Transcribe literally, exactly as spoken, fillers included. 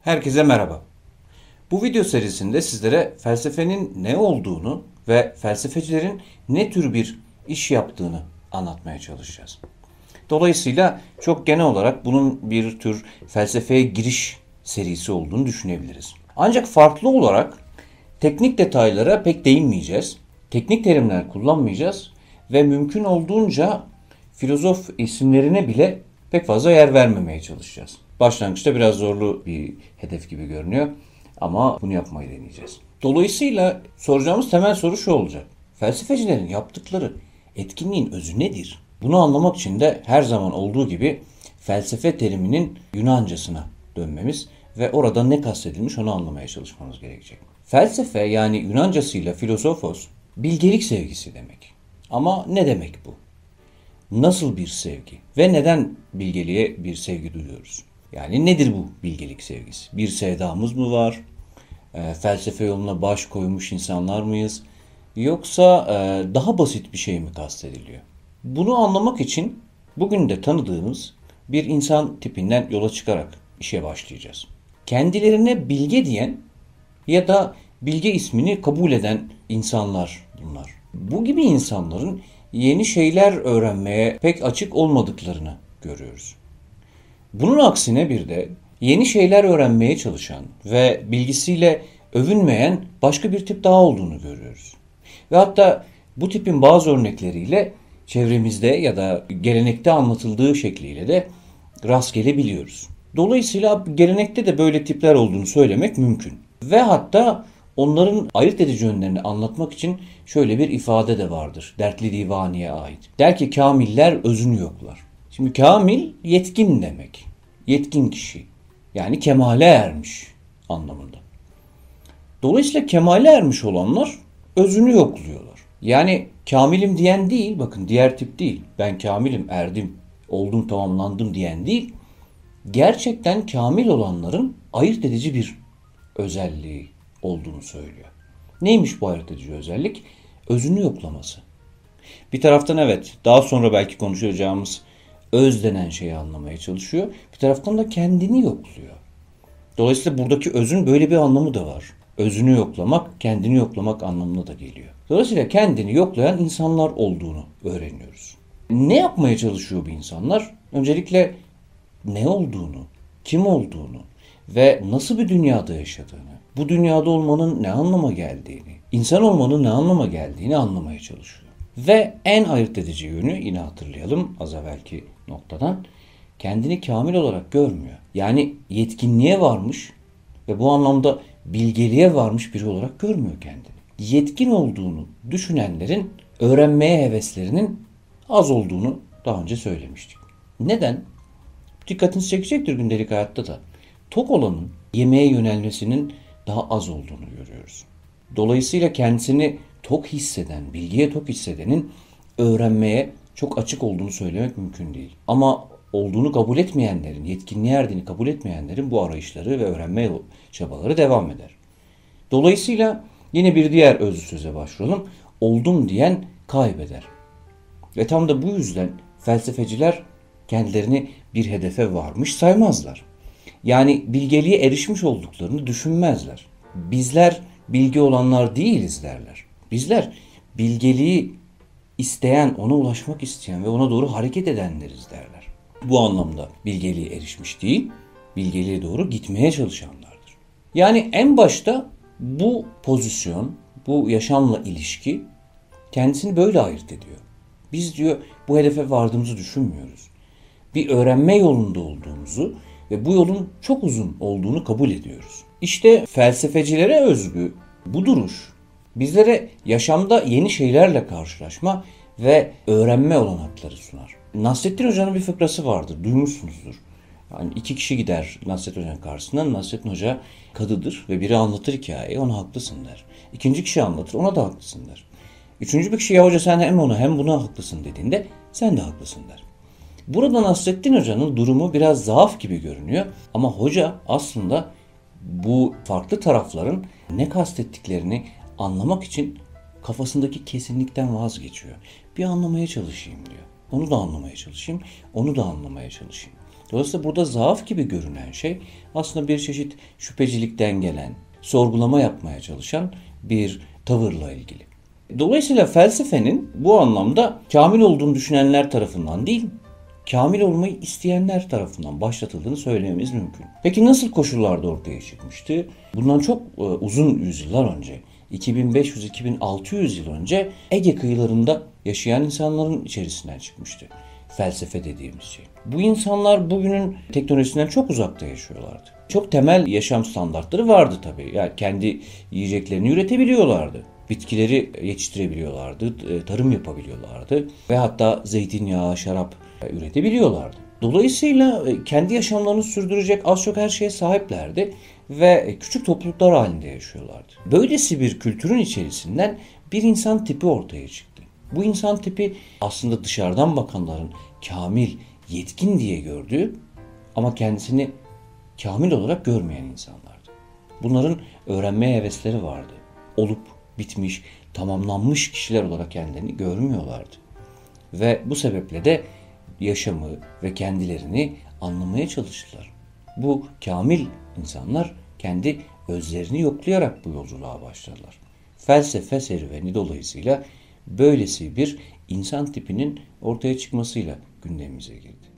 Herkese merhaba. Bu video serisinde sizlere felsefenin ne olduğunu ve felsefecilerin ne tür bir iş yaptığını anlatmaya çalışacağız. Dolayısıyla çok genel olarak bunun bir tür felsefeye giriş serisi olduğunu düşünebiliriz. Ancak farklı olarak teknik detaylara pek değinmeyeceğiz. Teknik terimler kullanmayacağız ve mümkün olduğunca filozof isimlerine bile pek fazla yer vermemeye çalışacağız. Başlangıçta biraz zorlu bir hedef gibi görünüyor ama bunu yapmayı deneyeceğiz. Dolayısıyla soracağımız temel soru şu olacak. Felsefecilerin yaptıkları etkinliğin özü nedir? Bunu anlamak için de her zaman olduğu gibi felsefe teriminin Yunancasına dönmemiz ve orada ne kastedilmiş onu anlamaya çalışmamız gerekecek. Felsefe yani Yunancasıyla filosofos bilgelik sevgisi demek. Ama ne demek bu? Nasıl bir sevgi ve neden bilgeliğe bir sevgi duyuyoruz? Yani nedir bu bilgelik sevgisi? Bir sevdamız mı var? E, felsefe yoluna baş koymuş insanlar mıyız? Yoksa e, daha basit bir şey mi kastediliyor? Bunu anlamak için bugün de tanıdığımız bir insan tipinden yola çıkarak işe başlayacağız. Kendilerine bilge diyen ya da bilge ismini kabul eden insanlar bunlar. Bu gibi insanların yeni şeyler öğrenmeye pek açık olmadıklarını görüyoruz. Bunun aksine bir de yeni şeyler öğrenmeye çalışan ve bilgisiyle övünmeyen başka bir tip daha olduğunu görüyoruz. Ve hatta bu tipin bazı örnekleriyle çevremizde ya da gelenekte anlatıldığı şekliyle de rast gelebiliyoruz. Dolayısıyla gelenekte de böyle tipler olduğunu söylemek mümkün. Ve hatta onların ayırt edici yönlerini anlatmak için şöyle bir ifade de vardır. Dertli Divani'ye ait. Der ki kamiller özünü yoklar. Şimdi kamil yetkin demek. Yetkin kişi. Yani kemale ermiş anlamında. Dolayısıyla kemale ermiş olanlar özünü yokluyorlar. Yani kamilim diyen değil, bakın diğer tip değil. Ben kamilim, erdim, oldum, tamamlandım diyen değil. Gerçekten kamil olanların ayırt edici bir özelliği olduğunu söylüyor. Neymiş bu ayırt edici özellik? Özünü yoklaması. Bir taraftan evet, daha sonra belki konuşacağımız öz denen şeyi anlamaya çalışıyor. Bir taraftan da kendini yokluyor. Dolayısıyla buradaki özün böyle bir anlamı da var. Özünü yoklamak, kendini yoklamak anlamına da geliyor. Dolayısıyla kendini yoklayan insanlar olduğunu öğreniyoruz. Ne yapmaya çalışıyor bu insanlar? Öncelikle ne olduğunu, kim olduğunu ve nasıl bir dünyada yaşadığını, bu dünyada olmanın ne anlama geldiğini, insan olmanın ne anlama geldiğini anlamaya çalışıyor. Ve en ayırt edici yönü yine hatırlayalım az evvelki noktadan, kendini kamil olarak görmüyor. Yani yetkinliğe varmış ve bu anlamda bilgeliğe varmış biri olarak görmüyor kendini. Yetkin olduğunu düşünenlerin öğrenmeye heveslerinin az olduğunu daha önce söylemiştik. Neden? Dikkatinizi çekecektir gündelik hayatta da. Tok olanın yemeğe yönelmesinin daha az olduğunu görüyoruz. Dolayısıyla kendisini tok hisseden, bilgiye tok hissedenin öğrenmeye çok açık olduğunu söylemek mümkün değil. Ama olduğunu kabul etmeyenlerin, yetkinliğe erdiğini kabul etmeyenlerin bu arayışları ve öğrenme çabaları devam eder. Dolayısıyla yine bir diğer özlü söze başvuralım. Oldum diyen kaybeder. Ve tam da bu yüzden felsefeciler kendilerini bir hedefe varmış saymazlar. Yani bilgeliğe erişmiş olduklarını düşünmezler. Bizler bilgi olanlar değiliz derler. Bizler bilgeliği isteyen, ona ulaşmak isteyen ve ona doğru hareket edenleriz derler. Bu anlamda bilgeliğe erişmiş değil, bilgeliğe doğru gitmeye çalışanlardır. Yani en başta bu pozisyon, bu yaşamla ilişki kendisini böyle ayırt ediyor. Biz diyor bu hedefe vardığımızı düşünmüyoruz. Bir öğrenme yolunda olduğumuzu ve bu yolun çok uzun olduğunu kabul ediyoruz. İşte felsefecilere özgü bu duruş bizlere yaşamda yeni şeylerle karşılaşma ve öğrenme olanakları sunar. Nasrettin Hoca'nın bir fıkrası vardır, duymuşsunuzdur. Yani iki kişi gider Nasrettin Hoca'nın karşısına. Nasrettin Hoca kadıdır ve biri anlatır hikayeyi, ona haklısın der. İkinci kişi anlatır, ona da haklısın der. Üçüncü bir kişi ya hoca sen hem ona hem buna haklısın dediğinde sen de haklısın der. Burada Nasrettin Hoca'nın durumu biraz zaaf gibi görünüyor ama hoca aslında bu farklı tarafların ne kastettiklerini anlamak için kafasındaki kesinlikten vazgeçiyor. Bir anlamaya çalışayım diyor. Onu da anlamaya çalışayım, onu da anlamaya çalışayım. Dolayısıyla burada zaaf gibi görünen şey aslında bir çeşit şüphecilikten gelen, sorgulama yapmaya çalışan bir tavırla ilgili. Dolayısıyla felsefenin bu anlamda kamil olduğunu düşünenler tarafından değil, kamil olmayı isteyenler tarafından başlatıldığını söylememiz mümkün. Peki nasıl koşullarda ortaya çıkmıştı? Bundan çok e, uzun yüzyıllar önce, iki bin beş yüz iki bin altı yüz yıl önce Ege kıyılarında yaşayan insanların içerisinden çıkmıştı felsefe dediğimiz şey. Bu insanlar bugünün teknolojisinden çok uzakta yaşıyorlardı. Çok temel yaşam standartları vardı tabii. Yani kendi yiyeceklerini üretebiliyorlardı. Bitkileri yetiştirebiliyorlardı, tarım yapabiliyorlardı ve hatta zeytinyağı, şarap üretebiliyorlardı. Dolayısıyla kendi yaşamlarını sürdürecek az çok her şeye sahiplerdi ve küçük topluluklar halinde yaşıyorlardı. Böylesi bir kültürün içerisinden bir insan tipi ortaya çıktı. Bu insan tipi aslında dışarıdan bakanların kamil, yetkin diye gördüğü ama kendisini kamil olarak görmeyen insanlardı. Bunların öğrenmeye hevesleri vardı. Olup bitmiş, tamamlanmış kişiler olarak kendilerini görmüyorlardı. Ve bu sebeple de yaşamı ve kendilerini anlamaya çalıştılar. Bu kamil insanlar kendi özlerini yoklayarak bu yolculuğa başladılar. Felsefe serüveni dolayısıyla böylesi bir insan tipinin ortaya çıkmasıyla gündemimize girdi.